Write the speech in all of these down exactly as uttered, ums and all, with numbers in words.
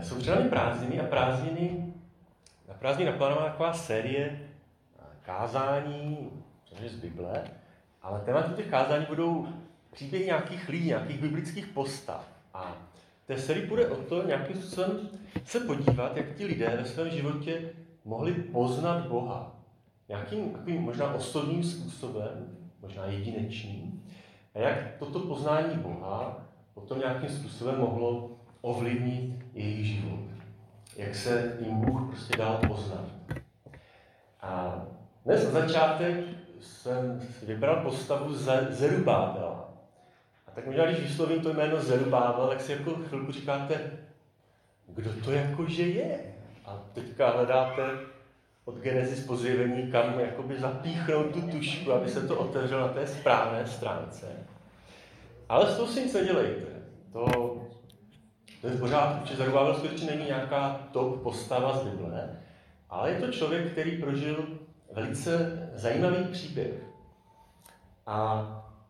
Jsou před námi prázdniny a prázdniny, na prázdniny naplánovaná taková série kázání, samozřejmě z Bible, ale tématem těch kázání budou příběhy nějakých lidí, nějakých biblických postav. A v té sérii půjde o to nějakým způsobem se podívat, jak ti lidé ve svém životě mohli poznat Boha. Nějakým takovým možná osobním způsobem, možná jedinečným. A jak toto poznání Boha potom nějakým způsobem mohlo ovlivnit jejich život. Jak se jim Bůh prostě dal poznat. A dnes na začátek jsem vybral postavu Zerubábela. A tak možná, když vyslovím to jméno Zerubábel, tak si jako chvilku říkáte, kdo to jakože je? A teďka hledáte od Genesis po Zjevení, kam jakoby zapíchnout tu tušku, aby se to otevřelo na té správné stránce. Ale z toho si nic nedělejte. To, to je v pořádku, že Zerubábel skutečně není nějaká top postava z Bible, ale je to člověk, který prožil velice zajímavý příběh. A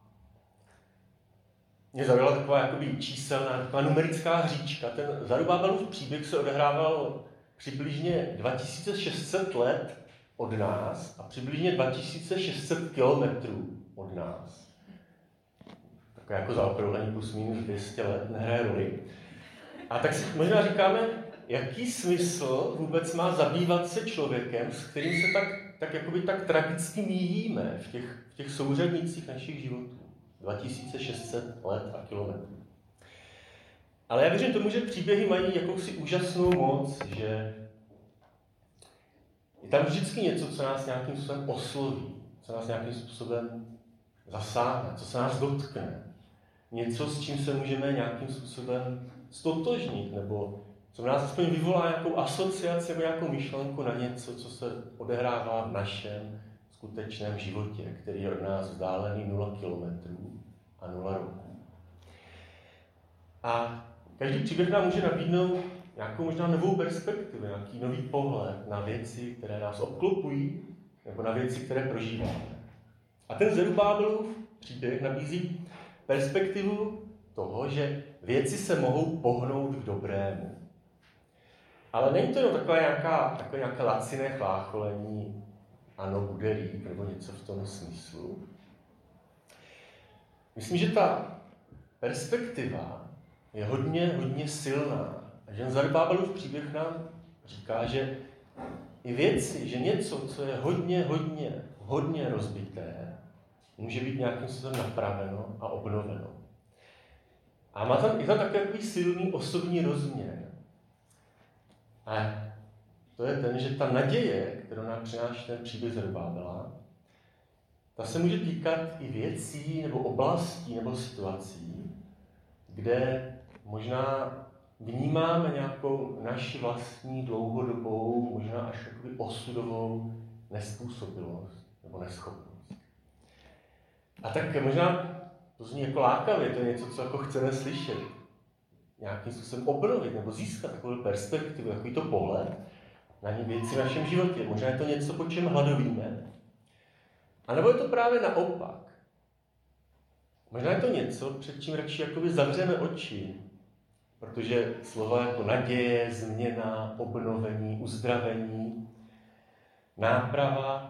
mě zaujala taková jakoby číselná, taková numerická hříčka. Ten Zerubábelův příběh se odehrával přibližně dva tisíce šest set let od nás a přibližně dva tisíce šest set kilometrů od nás. Takové jako zaokrouhlení plus minus dvě stě let, nehraje roli. A tak si možná říkáme, jaký smysl vůbec má zabývat se člověkem, s kterým se tak, tak, jakoby tak tragicky míjíme v těch, v těch souřadnicích našich životů. dva tisíce šest set let a kilometrů. Ale já věřím tomu, že příběhy mají jakousi úžasnou moc, že je tam vždycky něco, co nás nějakým způsobem osloví, co nás nějakým způsobem zasáhne, co se nás dotkne. Něco, s čím se můžeme nějakým způsobem stotožnit, nebo co v nás aspoň vyvolá nějakou asociaci nebo nějakou myšlenku na něco, co se odehrává v našem skutečném životě, který je od nás vzdálený nula kilometrů a nula roků. A každý příběh nám může nabídnout nějakou možná novou perspektivu, nějaký nový pohled na věci, které nás obklopují, nebo na věci, které prožíváme. A ten Zerubábelův příběh nabízí perspektivu toho, že věci se mohou pohnout k dobrému. Ale není to jenom takové nějaká, takové nějaké laciné chlácholení, ano, bude líp, nebo něco v tom smyslu. Myslím, že ta perspektiva je hodně, hodně silná. A že Zerubábelův příběh nám říká, že i věci, že něco, co je hodně, hodně, hodně rozbité, může být nějakým způsobem napraveno a obnoveno. A má tam, je tam také takový silný osobní rozměr. A to je ten, že ta naděje, kterou nám přináší ten příběh Zerubábela, ta se může týkat i věcí, nebo oblastí, nebo situací, kde možná vnímáme nějakou naši vlastní dlouhodobou, možná až jakoby osudovou nezpůsobilost nebo neschopnost. A tak možná to zní jako lákavě, to je něco, co jako chceme slyšet. Nějakým způsobem obnovit nebo získat takovou perspektivu, takovýto pohled na ně věci v našem životě. Možná je to něco, po čem hladovíme. A nebo je to právě naopak. Možná je to něco, před čím radši jakoby zavřeme oči, protože slova jako naděje, změna, obnovení, uzdravení, náprava,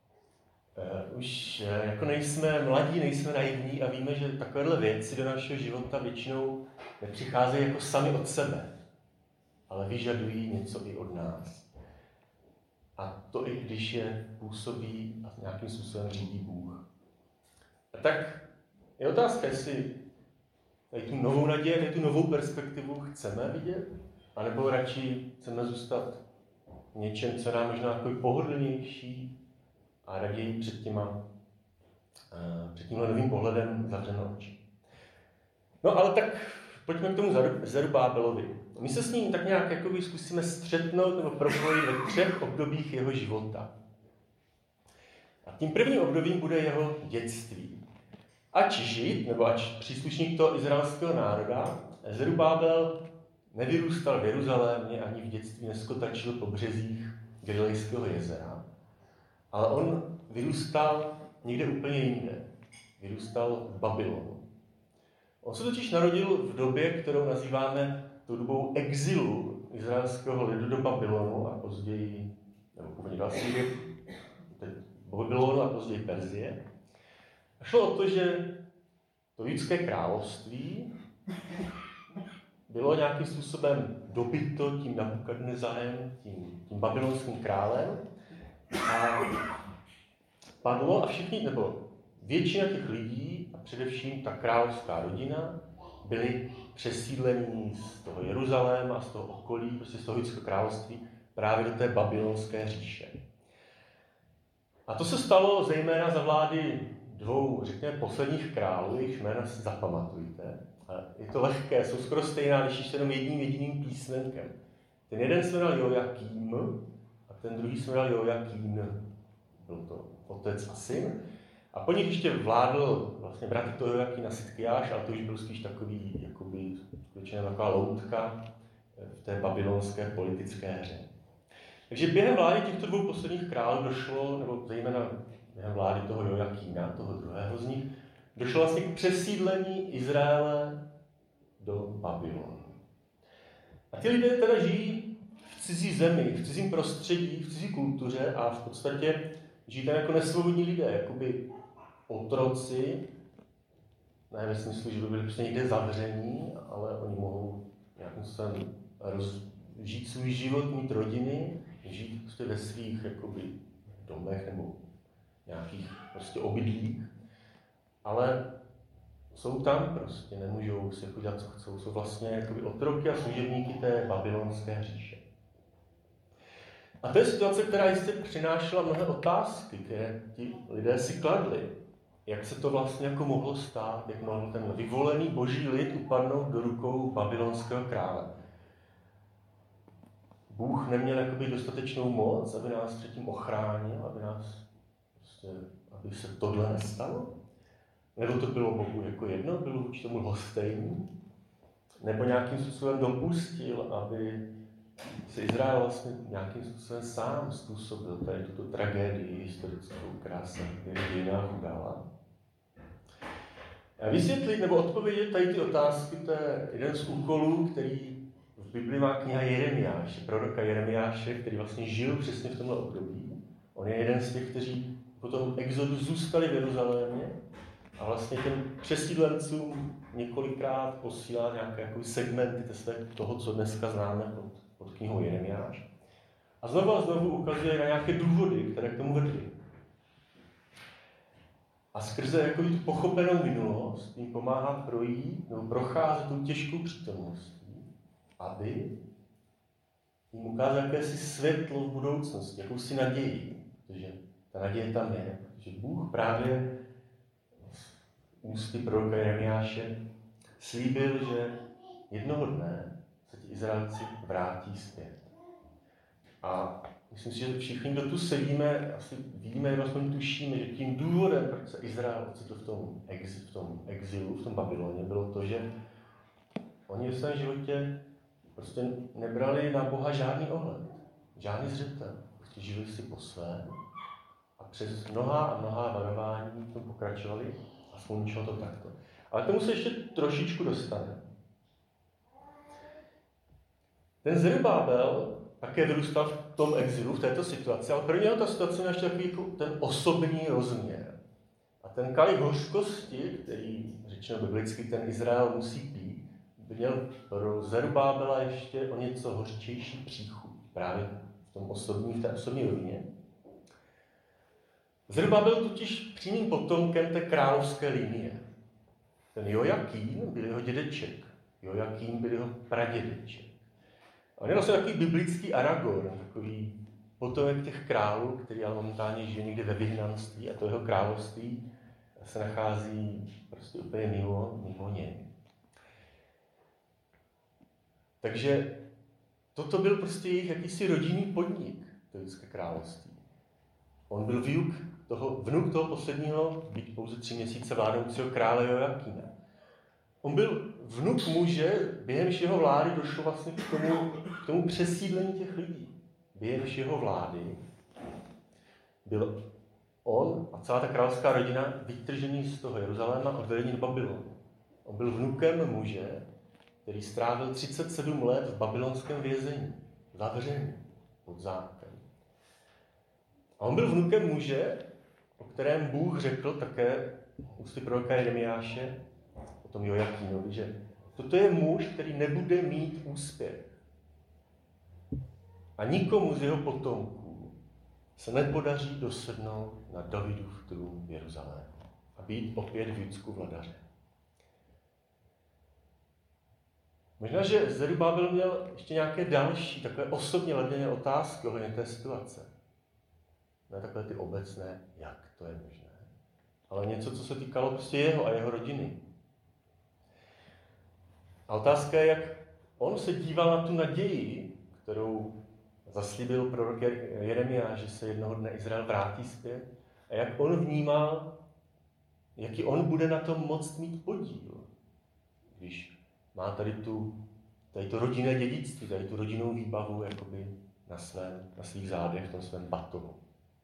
Uh, už uh, jako nejsme mladí, nejsme naivní a víme, že takovéhle věci do našeho života většinou nepřicházejí jako sami od sebe, ale vyžadují něco i od nás. A to i když je působí a nějakým způsobem řídí Bůh. A tak je otázka, jestli tady tu novou naději, tady tu novou perspektivu chceme vidět, anebo radši chceme zůstat v něčem, co nám možná takový pohodlnější, a raději před, těma, před tímhle novým pohledem zavřeme oči. No ale tak pojďme k tomu Zerubábelovi. My se s ním tak nějak jakoby zkusíme střetnout nebo propojit ve třech obdobích jeho života. A tím prvním obdobím bude jeho dětství. Ač žid, nebo ač příslušník toho izraelského národa, Zerubábel nevyrůstal v Jeruzalémě, ani v dětství neskotačil po březích Galilejského jezera. Ale on vyrůstal někde úplně jinde. Vyrůstal v Babylonu. On se totiž narodil v době, kterou nazýváme tou dobou exilu izraelského lidu do Babylonu a později, nebo původně do Asýrie, Babylonu a později Perzie. A šlo o to, že to judské království bylo nějakým způsobem dobyto tím Nabukadnezarem, tím, tím babylonským králem a padlo a všichni, nebo většina těch lidí, a především ta královská rodina, byli přesídlení z toho Jeruzaléma, z toho okolí, prostě z toho judského království, právě do té babylonské říše. A to se stalo zejména za vlády dvou, řekněme, posledních králů, jejich jména si zapamatujte. A je to lehké, jsou skoro stejná, když ještě jenom jedním jediným písmenkem. Ten jeden se jmenoval Jojakým a ten druhý se jmenoval Jojakín. Byl to otec a syn. A po nich ještě vládl vlastně bratr toho Jojakína Sidkiáš, ale to už byl spíš takový, jakoby, skutečně taková loutka v té babylonské politické hře. Takže během vlády těchto dvou posledních králů došlo, nebo zejména během vlády toho Jojakína, toho druhého z nich, došlo vlastně k přesídlení Izraele do Babylonu. A ti lidé teda žijí v cizí zemi, v cizím prostředí, v cizí kultuře a v podstatě žijí tam jako nesvobodní lidé, jakoby otroci, ne ve smyslu, že by byli prostě někde zavření, ale oni mohou nějakým způsobem roz, žít svůj život, mít rodiny, žít prostě ve svých jakoby domech nebo nějakých prostě obydlích, ale jsou tam prostě, nemůžou si jako dělat, co chcou, jsou vlastně jakoby otroky a služebníky té babylonské říše. A to je situace, která jistě přinášela mnohé otázky, které ti lidé si kladli. Jak se to vlastně jako mohlo stát, jak mohl ten vyvolený boží lid upadnout do rukou babylonského krále. Bůh neměl jakoby dostatečnou moc, aby nás předtím ochránil, aby nás prostě, aby se tohle nestalo? Nebo to bylo Bohu jako jedno, bylo vůči tomu lhostejný? Nebo nějakým způsobem dopustil, aby se Izrael vlastně nějakým způsobem sám způsobil tady tuto tragédii historickou, která se v dějinách udála? A vysvětlit nebo odpovědět tady ty otázky, to je jeden z úkolů, který v Bibli má kniha Jeremiáše, proroka Jeremiáše, který vlastně žil přesně v tomhle období. On je jeden z těch, kteří po tom exodu zůstali v Jeruzalémě a vlastně těm přesídlencům několikrát posílá nějaké jako segmenty toho, co dneska známe pod, pod knihou Jeremiáš. A znovu a znovu ukazuje na nějaké důvody, které k tomu vedly. A skrze jako tu pochopenou minulost jim pomáhá projít nebo procházet tou těžkou přítomností, aby jim ukázal jakési světlo v budoucnosti, jakousi naději, protože ta naděje tam je, protože Bůh právě ústy proroka Jeremiáše slíbil, že jednoho dne se ti Izraelci vrátí zpět. A myslím si, že všichni, kdo tu sedíme, asi vidíme, nebo aspoň tušíme, že tím důvodem, proč se Izrael ocitl v tom, ex, v tom exilu, v tom Babyloně, bylo to, že oni v svém životě prostě nebrali na Boha žádný ohled, žádný zřetel. Prostě žili si po svém a přes mnohá a mnohá varování v tom pokračovali a skončilo to takto. Ale k tomu se ještě trošičku dostane. Ten Zerubábel také vyrůstal v tom exilu, v této situaci, ale pro něho ta situace měla ještě takový jako ten osobní rozměr. A ten kalich hořkosti, který řečeno biblicky ten Izrael musí pít, by měl pro Zerubábela ještě o něco hořčejší příchuť. Právě v tom osobní, v té osobní rovině. Zerubábel totiž přímým potomkem té královské linie. Ten Jojakín byl jeho dědeček. Jojakín byl jeho pradědeček. On je vlastně takový biblický Aragorn, takový potomek těch králů, který ale momentálně žije někde ve vyhnanství a to jeho království se nachází prostě úplně mimo, mimo něj. Takže toto byl prostě jejich jakýsi rodinný podnik, to judské království. On byl vnuk toho, vnuk toho posledního, byť pouze tři měsíce vládnoucího krále Jojakína. On byl vnuk muže, běhemž jeho vlády došlo vlastně k tomu, k tomu přesídlení těch lidí. Běhemž jeho vlády byl on a celá ta královská rodina vytržený z toho Jeruzaléma a odvedení do Babylonu. On byl vnukem muže, který strávil třicet sedm let v babylonském vězení, zavřený pod zámkem. A on byl vnukem muže, o kterém Bůh řekl také ústy proroka Jeremiáše, o tom Jojakínovi, že toto je muž, který nebude mít úspěch. A nikomu z jeho potomků se nepodaří dosednout na Davidův trůn v Jeruzalému a být opět v Judsku vladaře. Možná, že Zerubabel měl ještě nějaké další, takové osobně laděné otázky ohledně té situace. Ne takové ty obecné, jak to je možné, ale něco, co se týkalo prostě jeho a jeho rodiny. A otázka je, jak on se díval na tu naději, kterou zaslíbil prorok Jeremiáš, že se jednoho dne Izrael vrátí zpět, a jak on vnímal, jaký on bude na tom moct mít podíl, když má tady, tu, tady to rodinné dědictví, tady tu rodinnou výbavu jakoby na, svém, na svých zádech, v tom svém batonu.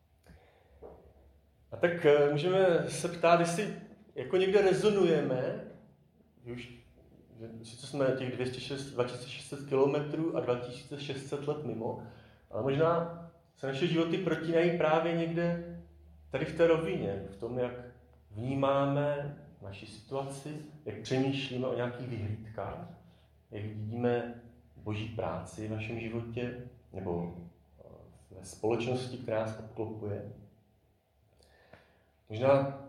A tak můžeme se ptát, jestli jako někde rezonujeme, že už že sice jsme těch dva tisíce šest set kilometrů a dva tisíce šest set let mimo, ale možná se naše životy protínají právě někde tady v té rovině, v tom, jak vnímáme naši situaci, jak přemýšlíme o nějakých vyhlídkách, jak vidíme Boží práci v našem životě nebo ve společnosti, která nás obklopuje. Možná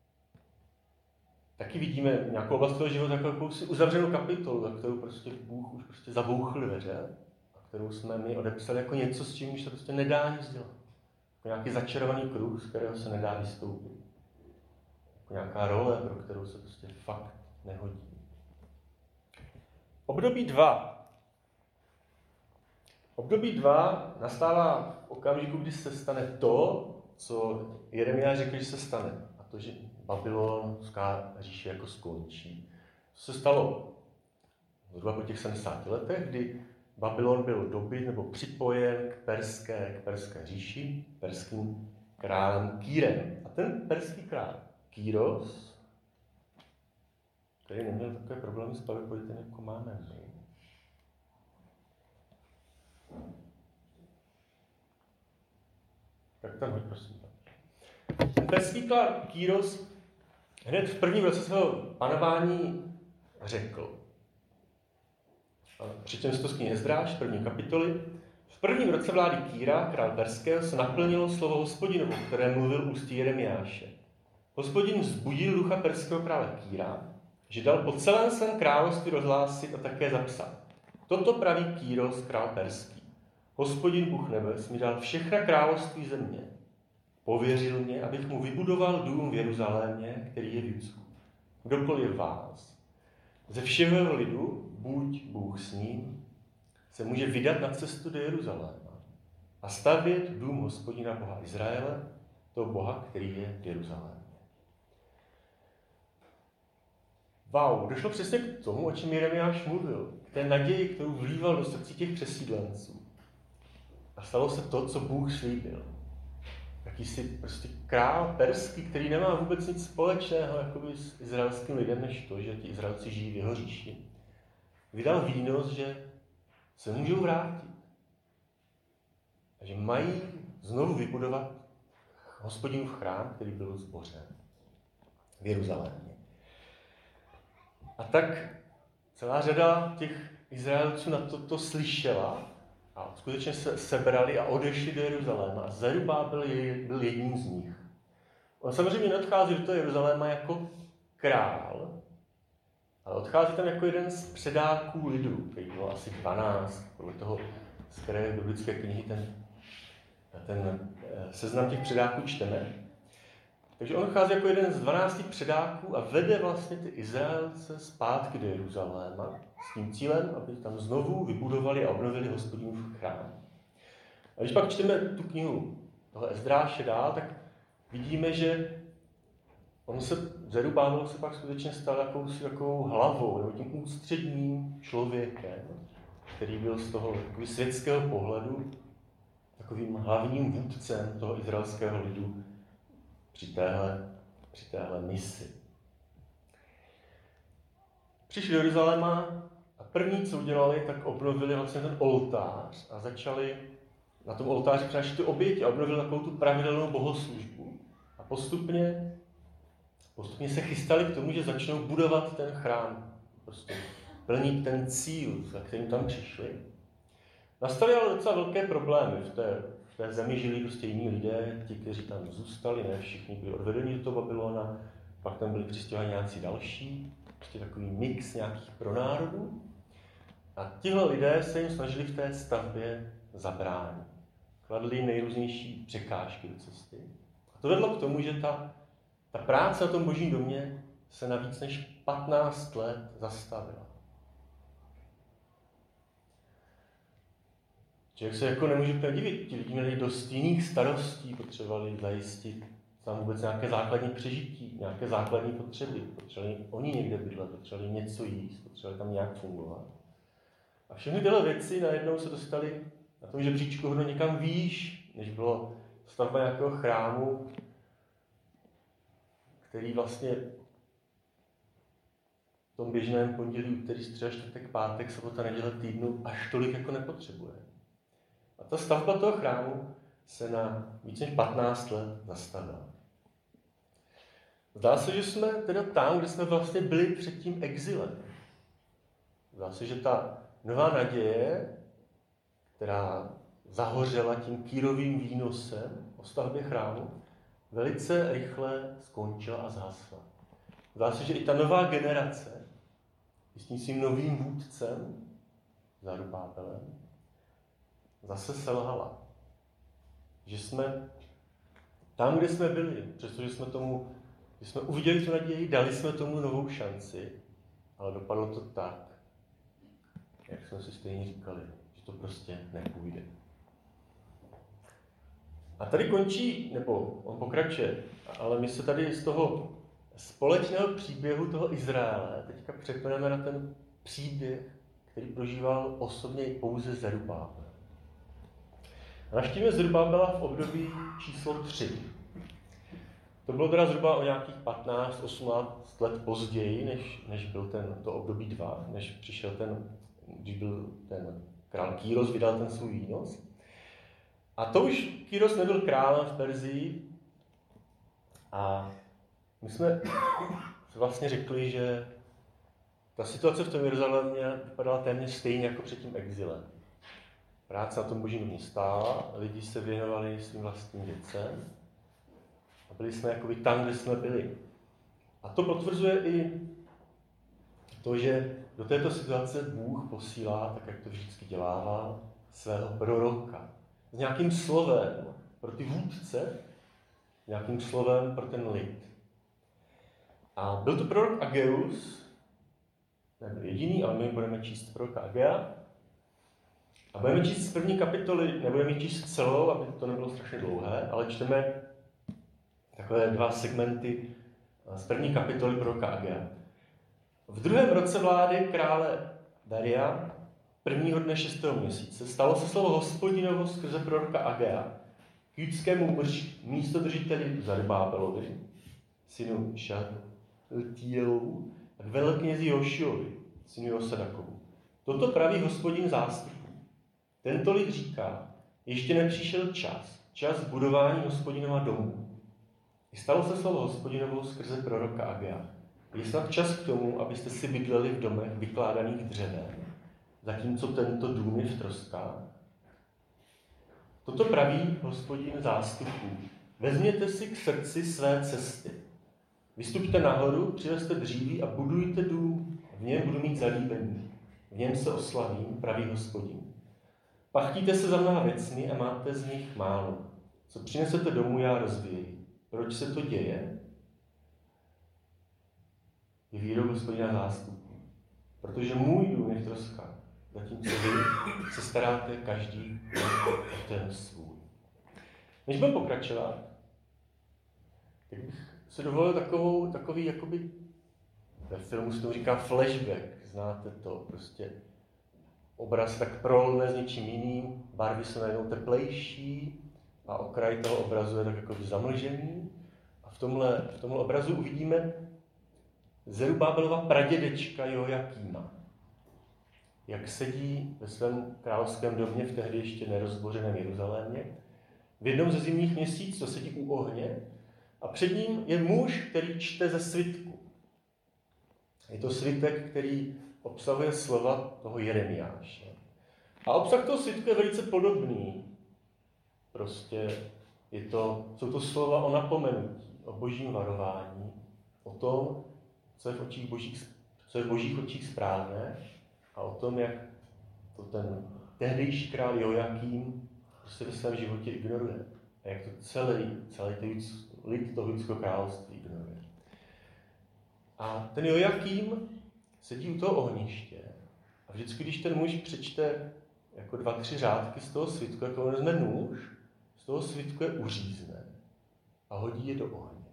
taky vidíme nějakou oblast toho života jako jakousi uzavřenou kapitolu, za kterou prostě Bůh už prostě zabouchl dveře a kterou jsme my odepsali jako něco, s čím už se prostě nedá nic dělat. Jako nějaký začarovaný kruh, z kterého se nedá vystoupit. Jako nějaká role, pro kterou se prostě fakt nehodí. Období dva. Období dva nastává v okamžiku, kdy se stane to, co Jeremiáš řekl, že se stane. A to, že Babylonská říše jako skončí. Co se stalo zhruba po těch sedmdesáti letech, kdy Babylon byl dobyt nebo připojen k perské, k perské říši, perským králem Kýrem. A ten perský král Kýros, který neměl takové problémy s PowerPointem, jako máme my. Tak tam hoď, prosím. Ten perský král Kýros hned v prvním roce svého panování řekl, přičem se to z knihy Ezdráš, první kapitoly, v prvním roce vlády Kýra, král perského, se naplnilo slovo Hospodinovo, které mluvil ústy Jeremiáše. Hospodin vzbudil ducha perského krále Kýra, že dal po celém svém království rozhlásit a také zapsat. Toto praví Kýros, král perský. Hospodin Bůh nebes mi dal všechna království země. Pověřil mě, abych mu vybudoval dům v Jeruzalémě, který je v Judsku. Kdokoliv vás, ze všeho lidu, buď Bůh s ním, se může vydat na cestu do Jeruzaléma a stavět dům Hospodina Boha Izraele, toho Boha, který je v Jeruzalémě. Wow, došlo přesně k tomu, o čem Jeremiáš mluvil, k té naději, kterou vlíval do srdcí těch přesídlenců. A stalo se to, co Bůh slíbil. Jakýsi prostě král perský, který nemá vůbec nic společného jakoby s izraelským lidem, než to, že ti Izraelci žijí v jeho říši. Vydal výnos, že se můžou vrátit. A že mají znovu vybudovat Hospodinův chrám, který byl zbořen v Jeruzalémě. A tak celá řada těch Izraelců na toto slyšela a skutečně se sebrali a odešli do Jeruzaléma. A Zerubábel byl jedním z nich. On samozřejmě neodchází do toho Jeruzaléma jako král, ale odchází tam jako jeden z předáků lidu, který bylo asi dvanáct, podle toho, z které biblické knihy ten, ten seznam těch předáků čteme. Takže on odchází jako jeden z dvanácti předáků a vede vlastně ty Izraelce zpátky do Jeruzaléma s tím cílem, aby tam znovu vybudovali a obnovili Hospodinův chrám. A když pak čteme tu knihu toho Ezdráše dál, tak vidíme, že on se, Zerubábel se pak skutečně stal jakousi takovou hlavou, nebo tím ústředním člověkem, který byl z toho takový světského pohledu takovým hlavním vůdcem toho izraelského lidu při téhle, při téhle misi. Přišli do Jeruzaléma A první, co udělali, tak obnovili vlastně ten oltář a začali na tom oltáři přinášet ty oběti a obnovili takovou tu pravidelnou bohoslužbu. A postupně, postupně se chystali k tomu, že začnou budovat ten chrám. Prostě plnit ten cíl, za kterým tam přišli. Nastaly ale docela velké problémy. V té, v té zemi žili prostě jiní lidé, ti, kteří tam zůstali, ne všichni byli odvedeni do toho Babylona, pak tam byli přistěhováni nějací další, prostě takový mix nějakých pronárodů. A tihle lidé se jim snažili v té stavbě zabránit. Kladli nejrůznější překážky do cesty. A to vedlo k tomu, že ta, ta práce na tom Božím domě se na víc než patnáct let zastavila. Člověk se jako nemůže podívit, ti lidi měli dost jiných starostí, potřebovali zajistit tam vůbec nějaké základní přežití, nějaké základní potřeby. Potřebovali oni někde bydlet, potřebovali něco jíst, potřebovali tam nějak fungovat. A všechny tyhle věci najednou se dostaly na tom žebříčku hodně někam výš, než bylo stavba nějakého chrámu, který vlastně v tom běžném pondělí, úterý, středa, čtvrtek, pátek, sobota, neděle, týdnu až tolik jako nepotřebuje. A ta stavba toho chrámu se na víc než patnáct let zastavila. Zdá se, že jsme teda tam, kde jsme vlastně byli před tím exilem. Zdá se, že ta nová naděje, která zahořela tím kýrovým výnosem o stavbě chrámu, velice rychle skončila a zhasla. Zdá se, že i ta nová generace, s tím svým novým vůdcem, Zarubábelem, zase selhala. Že jsme tam, kde jsme byli, přestože jsme tomu, že jsme uviděli tu naději, dali jsme tomu novou šanci, ale dopadlo to tak, jak jsme si stejně říkali, že to prostě nepůjde. A tady končí, nebo on pokračuje, ale my se tady z toho společného příběhu toho Izraele teďka překoneme na ten příběh, který prožíval osobně pouze Zerubábel. Navštívíme Zerubábela v období číslo tři. To bylo teda zhruba o nějakých patnáct osmnáct let později, než, než byl ten, to období dva, než přišel ten, když byl ten král Kýros, vydal ten svůj výnos. A to už Kýros nebyl králem v Perzii a my jsme vlastně řekli, že ta situace v tom Jeruzalémě vypadala téměř stejně jako před tím exilem. Práce na tom Božím domě stála, lidi se věnovali svým vlastním věcem a byli jsme jakoby tam, kde jsme byli. A to potvrzuje i to, že do této situace Bůh posílá, tak jak to vždycky dělával, svého proroka. S nějakým slovem pro ty vůdce, s nějakým slovem pro ten lid. A byl to prorok Ageus, nebyl jediný, ale my budeme číst proroka Agea. A budeme číst z první kapitoly, nebudeme číst celou, aby to nebylo strašně dlouhé, ale čteme takové dva segmenty z první kapitoly proroka Agea. V druhém roce vlády krále Daria, prvního dne šestého měsíce, stalo se slovo Hospodinovo skrze proroka Agea k judskému místodržiteli Zarubábelovi, synu Šaltielovu, a k veleknězi Jošiovi, synu Josadakovu. Toto praví Hospodin zástupů. Tento lid říká, ještě nepřišel čas, čas budování Hospodinova domu. I stalo se slovo Hospodinovo skrze proroka Agea. Je snad čas k tomu, abyste si bydleli v domech vykládaných dřevem, zatímco tento dům je v troskách. Toto praví Hospodin zástupů. Vezměte si k srdci své cesty. Vystupte nahoru, přivezte dříví a budujte dům. V něm budu mít zalíbení. V něm se oslavím, praví Hospodin. Pachtíte se za mnoha věcmi a máte z nich málo. Co přinesete domů, já rozvíji. Proč se to děje? Je výrok Hospodina zástupů. Protože můj dům je v troskách, zatímco vy se staráte každý o ten svůj. Než budeme pokračovat, tak bych si dovolil takovou, takový, jakoby, ve filmu se tomu říká flashback, znáte to, prostě obraz tak prolne s něčím jiným, barvy jsou najednou teplejší a okraj toho obrazu je tak jako zamlžený. A v tomhle, v tomhle obrazu uvidíme Zerubábelova pradědečka Jojakýma. jak sedí ve svém královském domě v tehdy ještě nerozbořeném Jeruzalémě. V jednom ze zimních měsíců sedí u ohně a před ním je muž, který čte ze svitku. Je to svitek, který obsahuje slova toho Jeremiáše. A obsah toho svitku je velice podobný. Prostě je to, jsou to slova o napomenutí, o božím varování, o tom, co je v očích božích, co je v božích očích správné a o tom, jak to ten tehdejší král Jojakým prostě ve svém životě ignoruje. A jak to celý, celý lid toho judského království ignoruje. A ten Jojakým sedí u toho ohniště a vždycky, když ten muž přečte jako dva, tři řádky z toho svitku, jako on vezme nůž, z toho svitku je uřízne a hodí je do ohně.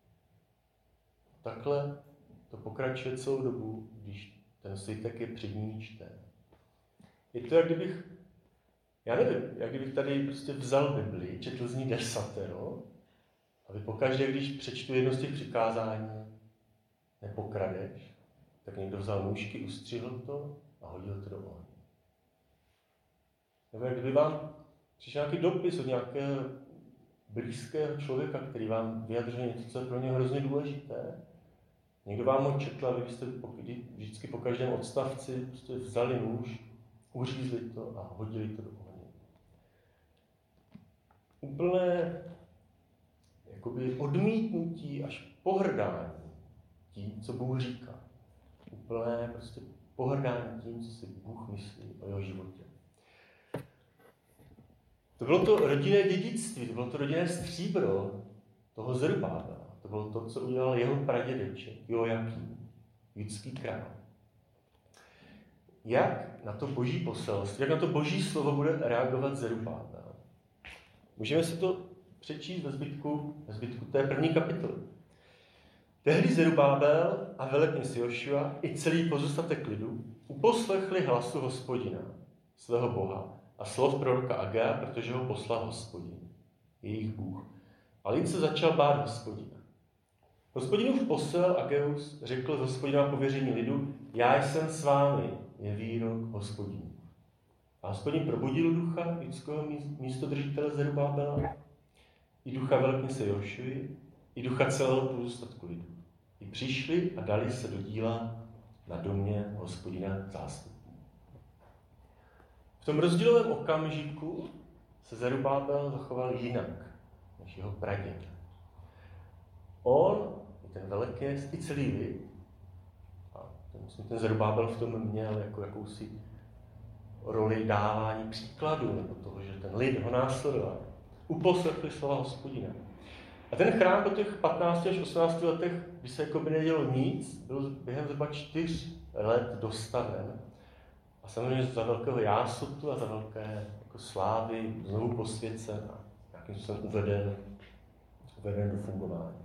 Takhle to pokračuje celou dobu, když ten svitek je před ním čten. Je to, jak kdybych, já nevím, jak kdybych tady prostě vzal Bibli, četl z ní desatero, aby pokaždé, když přečtu jedno z těch přikázání, nepokradeš, tak někdo vzal nůžky, ustřihl to a hodil to do ohně. Nebo jak kdyby vám přišel nějaký dopis od nějakého blízkého člověka, který vám vyjadřuje něco, co je pro něj hrozně důležité. Někdo vám ho četl a vy byste vždycky po každém odstavci prostě vzali nůž, uřízli to a hodili to do ohně. Úplné jakoby odmítnutí až pohrdání tím, co Bůh říká. Úplné prostě pohrdání tím, co si Bůh myslí o jeho životě. To bylo to rodinné dědictví, to bylo to rodinné stříbro toho Zerubábela. To bylo to, co udělal jeho pradědeček, Jojakým, judský král. Jak na to boží poselství, jak na to boží slovo bude reagovat Zerubábel? Můžeme si to přečíst ve zbytku, ve zbytku té první kapitoly. Tehdy Zerubábel a velekněz Jošua i celý pozůstatek lidu uposlechli hlasu Hospodina, svého Boha, a slov proroka Agea, protože ho poslal Hospodin, jejich Bůh. A lid se začal bát Hospodina. Hospodinův posel Ageus řekl z Hospodina pověření lidu, já jsem s vámi, je výrok Hospodinů. A Hospodin probudil ducha judského místodržitele Zerubábela, i ducha velekněze Jošuy, i ducha celého pozůstatku lidu. I přišli a dali se do díla na domě Hospodina zástupů. V tom rozdílovém okamžiku se Zerubábel zachoval jinak než jeho praděd. On, ten velekněz, i celý lid, a ten, ten Zerubábel v tom měl jako jakousi roli dávání příkladu, nebo toho, že ten lid ho následoval, uposlechli slova Hospodina. A ten chrám po těch patnácti až osmnácti letech, kdy se jako by nedělo nic, byl během zhruba čtyř let dostaven. A samozřejmě za velkého jásotu a za velké jako slávy znovu posvěcen a nějakým způsobem uveden, uveden do fungování.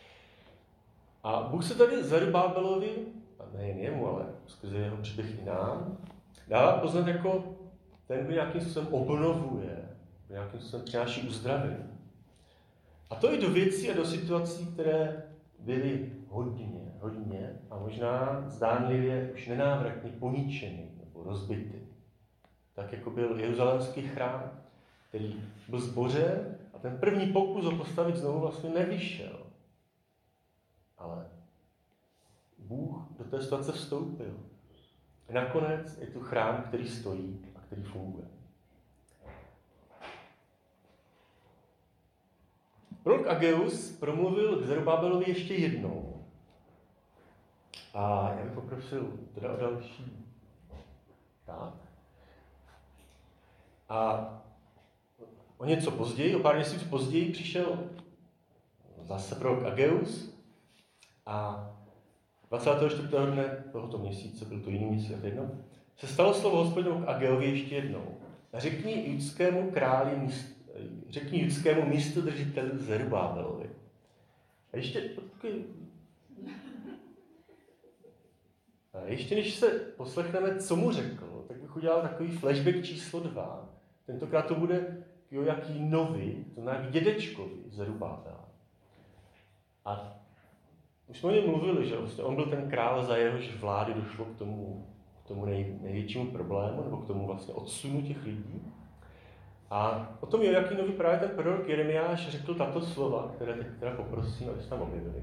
A Bůh se tady Zerubábelovi, a nejen jemu, ale skrze jeho příběh i nám, dává poznat jako ten, kdo nějakým způsobem obnovuje, kdo nějakým způsobem přináší uzdravení. A to i do věcí a do situací, které byly hodně, hodně a možná zdánlivě už nenávratně poničeny nebo rozbity. Tak jako byl jeruzalémský chrám, který byl zbořen a ten první pokus ho postavit znovu vlastně nevyšel. Ale Bůh do té situace vstoupil. A nakonec je tu chrám, který stojí a který funguje. Prorok Ageus promluvil k Zerubábelovi ještě jednou. A já bych poprosil teda o další. Tak. A o něco později, o pár měsíců později přišel zase prorok Ageus a dvacátého čtvrtého dne tohoto měsíce, byl to jiný měsíc jedno, se stalo slovo Hospodinovi k Ageovi ještě jednou. Řekni judskému králi míst, řekni judskému místodržiteli Zerubábelovi. A ještě, a ještě než se poslechneme, co mu řekl, tak bych udělal takový flashback číslo dva. Tentokrát to bude k Jojakímovi, to znamená k dědečkovi Zerubábela. A už jsme o něm mluvili, že vlastně on byl ten král, za jehož vlády došlo k tomu tomu nej, největšímu problému, nebo k tomu vlastně odsunu těch lidí. A o tom Jojakínovi právě ten prorok Jeremiáš řekl tato slova, které teď teda poprosím, aby se tam objevili.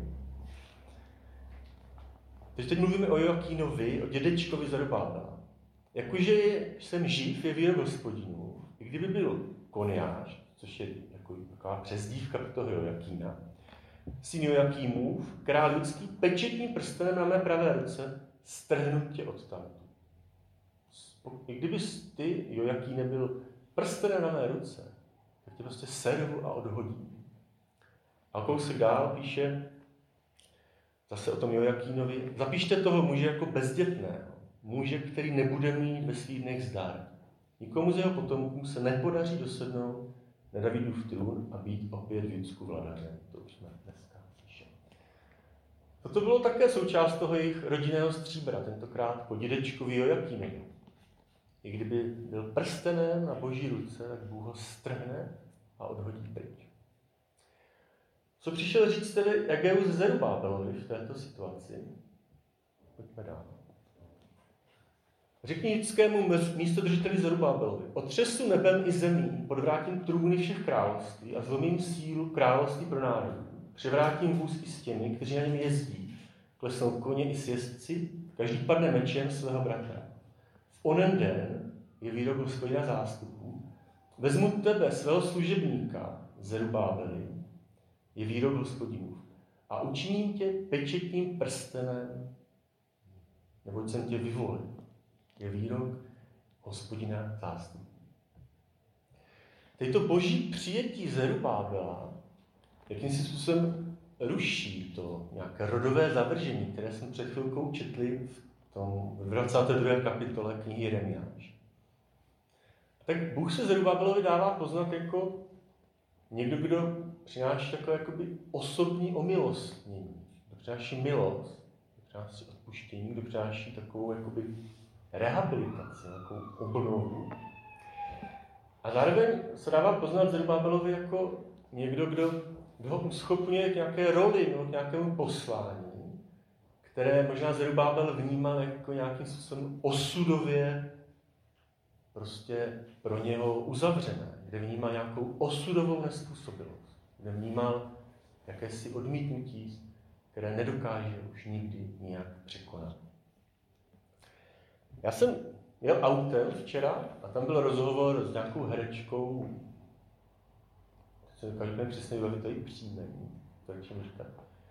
Takže teď mluvíme o Joakínovi, o dědečkovi Zorobábela. Jakože jsem živ, je výrok Hospodinův, i kdyby byl Koniáš, což je jako, taková přezdívka toho Jojakína, syn Jojakímův, král judský, pečetním prstenem na mé pravé ruce, strhnu tě odtamtud. I kdyby ty, Jojakíne, byl prstenem na mé ruce, tak tě prostě servu a odhodím. A kousek dál píše zase o tom Jojakínovi, zapište toho muže jako bezdětného, muže, který nebude mít ve svých dnech zdar. Nikomu z jeho potomků se nepodaří dosednout na Davidův trůn a být opět v Judsku vladařem. To už jsme dneska slyšeli. Toto bylo také součást toho jejich rodinného stříbra, tentokrát po dědečkovi Jojakínovi. I kdyby byl prstenem na boží ruce, tak Bůh ho strhne a odhodí pryč. Co přišel říct tedy Egeus Zerubábelovi v této situaci? Pojďme dál. Řekni judskému místodržiteli Zerubábelovi, otřesu nebem i zemí, podvrátím trůny všech království a zlomím sílu království pro národ. Převrátím vůz i stěny, kteří na něm jezdí. Klesnou koně i sjezdci, každý padne mečem svého bratra. V onen den je výrok Hospodina zástupů. Vezmu tebe, svého služebníka, Zerubábeli, je výrok Hospodinův, a učiním tě pečetním prstenem, neboť jsem tě vyvolil. Je výrok Hospodina zástupů. Teď to boží přijetí Zerubábela jakým si způsobem ruší to nějaké rodové zavržení, které jsme před chvilkou četli v tom v dvacáté druhé kapitole knihy Jeremiáš. Tak Bůh se Zerubábelovi dává poznat jako někdo, kdo přináší takové jakoby osobní omilostnění, kdo přináší milost, kdo přináší odpuštění, kdo přináší takovou jakoby rehabilitaci, takovou obnovu. A zároveň se dává poznat Zerubábelovi jako někdo, kdo, kdo ho uschopňuje k nějaké roli nebo k nějakému poslání, které možná Zerubábel vnímal jako nějakým způsobem osudově prostě pro něho uzavřené, kde vnímal nějakou osudovou nezpůsobilost, kde vnímal jakési odmítnutí, které nedokáže už nikdy nijak překonat. Já jsem jel autem včera a tam byl rozhovor s nějakou herečkou, teď se dokážeme přesně vybavit tady příjmení, to je čím říkat.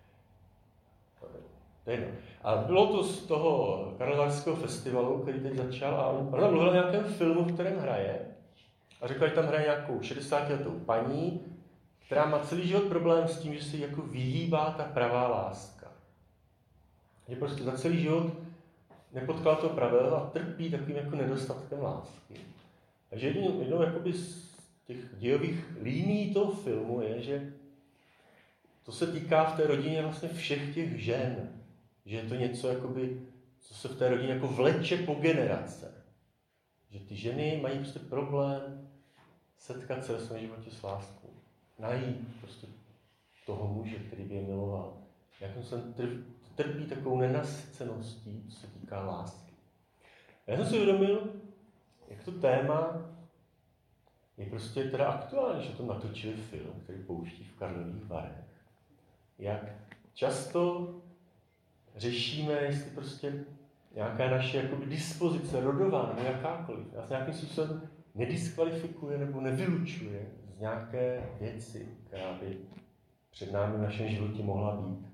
To je jedno. A bylo to z toho Karlovarského festivalu, který teď začal, a ona mluvila o nějakém filmu, v kterém hraje. A řekla, že tam hraje nějakou šedesátiletou paní, která má celý život problém s tím, že se jí jako vyhýbá ta pravá láska. Že prostě za celý život nepotkala to pravého a trpí takovým jako nedostatkem lásky. Takže jednou, jednou jakoby z těch dějových líní toho filmu je, že to se týká v té rodině vlastně všech těch žen. Že je to něco, jakoby, co se v té rodině jako vleče po generace. Že ty ženy mají prostě problém setkat se ve svém životě s láskou. Najít prostě toho muže, který by je miloval. Jak se trpí takovou nenasyceností, co se týká lásky. A já jsem si uvědomil, jak to téma je prostě teda aktuální, že to natočili film, který pouští v Karlových Varech. Jak často řešíme, jestli prostě nějaká naše jakoby dispozice, rodová nebo jakákoliv, nás nějakým způsobem nediskvalifikuje nebo nevylučuje z nějaké věci, která by před námi v našem životě mohla být.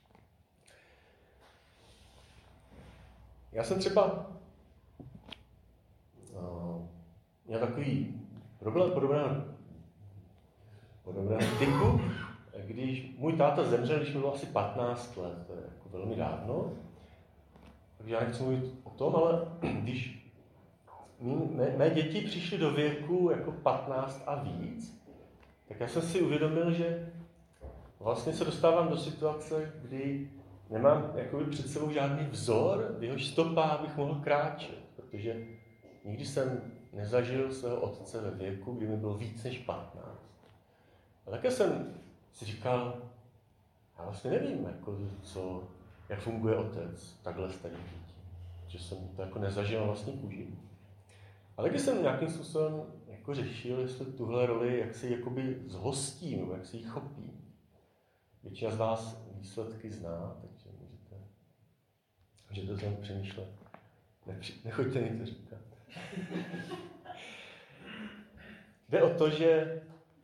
Já jsem třeba no, měl takový problém podobného, podobného typu, když můj táta zemřel, když mi bylo asi patnáct let, to je jako velmi dávno, takže já nechci mluvit o tom, ale když mé, mé děti přišly do věku jako patnáct a víc, tak já jsem si uvědomil, že vlastně se dostávám do situace, kdy nemám jakoby před sebou žádný vzor, v jehož stopách bych mohl kráčet, protože nikdy jsem nezažil svého otce ve věku, kdy mi bylo víc než patnáct. A také jsem si říkal, já vlastně nevím, jako, co, jak funguje otec takhle starý děti. protože jsem to jako nezažil na vlastní kůži. Ale když jsem nějakým způsobem jako řešil, jestli tuhle roli, jak si jakoby zhostím, nebo jak si ji chopím. Většina z vás výsledky zná, takže můžete, můžete tam přemýšlet. Nepři, nechoďte mi to říkat. Jde o to, že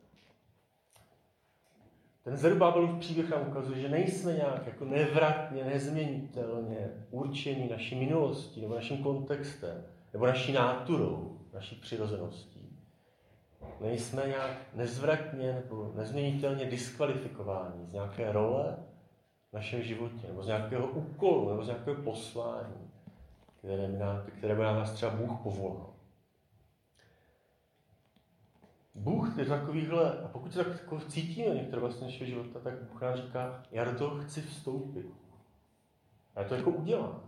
ten Zerubábelův příběh nám ukazuje, že nejsme nějak jako nevratně, nezměnitelně určení naší minulostí, nebo naším kontextem, nebo naší náturou, naší přirozeností. Nejsme nějak nezvratně nebo nezměnitelně diskvalifikováni z nějaké role v našem životě, nebo z nějakého úkolu, nebo z nějakého poslání, které by nám, které by nás třeba Bůh povolal. Bůh je takovýhle, a pokud se tak cítíme některé vlastně našeho života, tak Bůh nám říká, já do toho chci vstoupit. A já to jako udělám.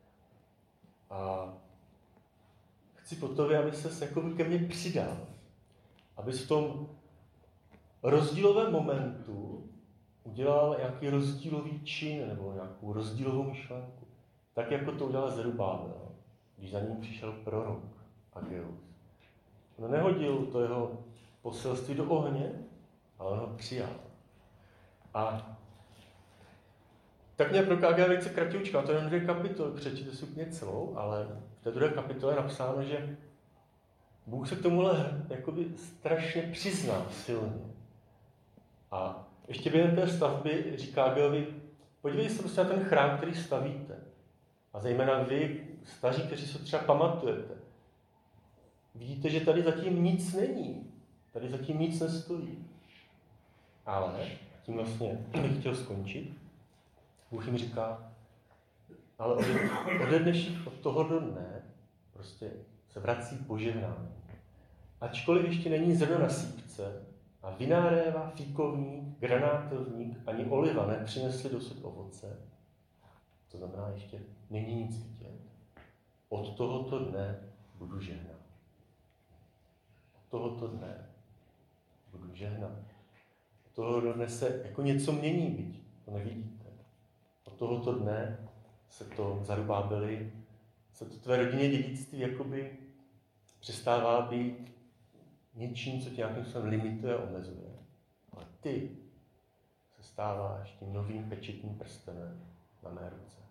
A chci po tobě, aby ses jako ke mně přidal. Abys v tom rozdílovém momentu udělal nějaký rozdílový čin nebo nějakou rozdílovou myšlenku. Tak, jako to udělal Zerubábel, když za ním přišel prorok Ageus. On nehodil to jeho poselství do ohně, ale on ho přijal. A tak mě pro K G velice kratěučka, to je jen dvě kapitoly, přečtěte si úplně celou, ale v té druhé kapitole je napsáno, že Bůh se k tomuhle jakoby strašně přizná silně. A ještě během té stavby říká Geovi, podívej se prostě na ten chrám, který stavíte. A zejména vy, staří, kteří se třeba pamatujete. Vidíte, že tady zatím nic není. Tady zatím nic nestojí. Ale, tím vlastně bych chtěl skončit, Bůh jim říká, ale ode, ode dnešních, od tohoto dne, prostě se vrací požehnání. Ačkoliv ještě není zrno na sípce a vináréva, fíkovník, granátovník ani oliva nepřinesli dosud ovoce, to znamená ještě není nic vidět, od tohoto dne budu žehnat. Od tohoto dne budu žehnat. Od tohoto dne se jako něco mění, byť to nevidíte. Od tohoto dne se to Zerubábeli, se to tvé rodinné dědictví jakoby přestává být něčím, co tě nějakým způsobem limituje a omezuje. Ale ty se stáváš tím novým pečetním prstenem na mé ruce.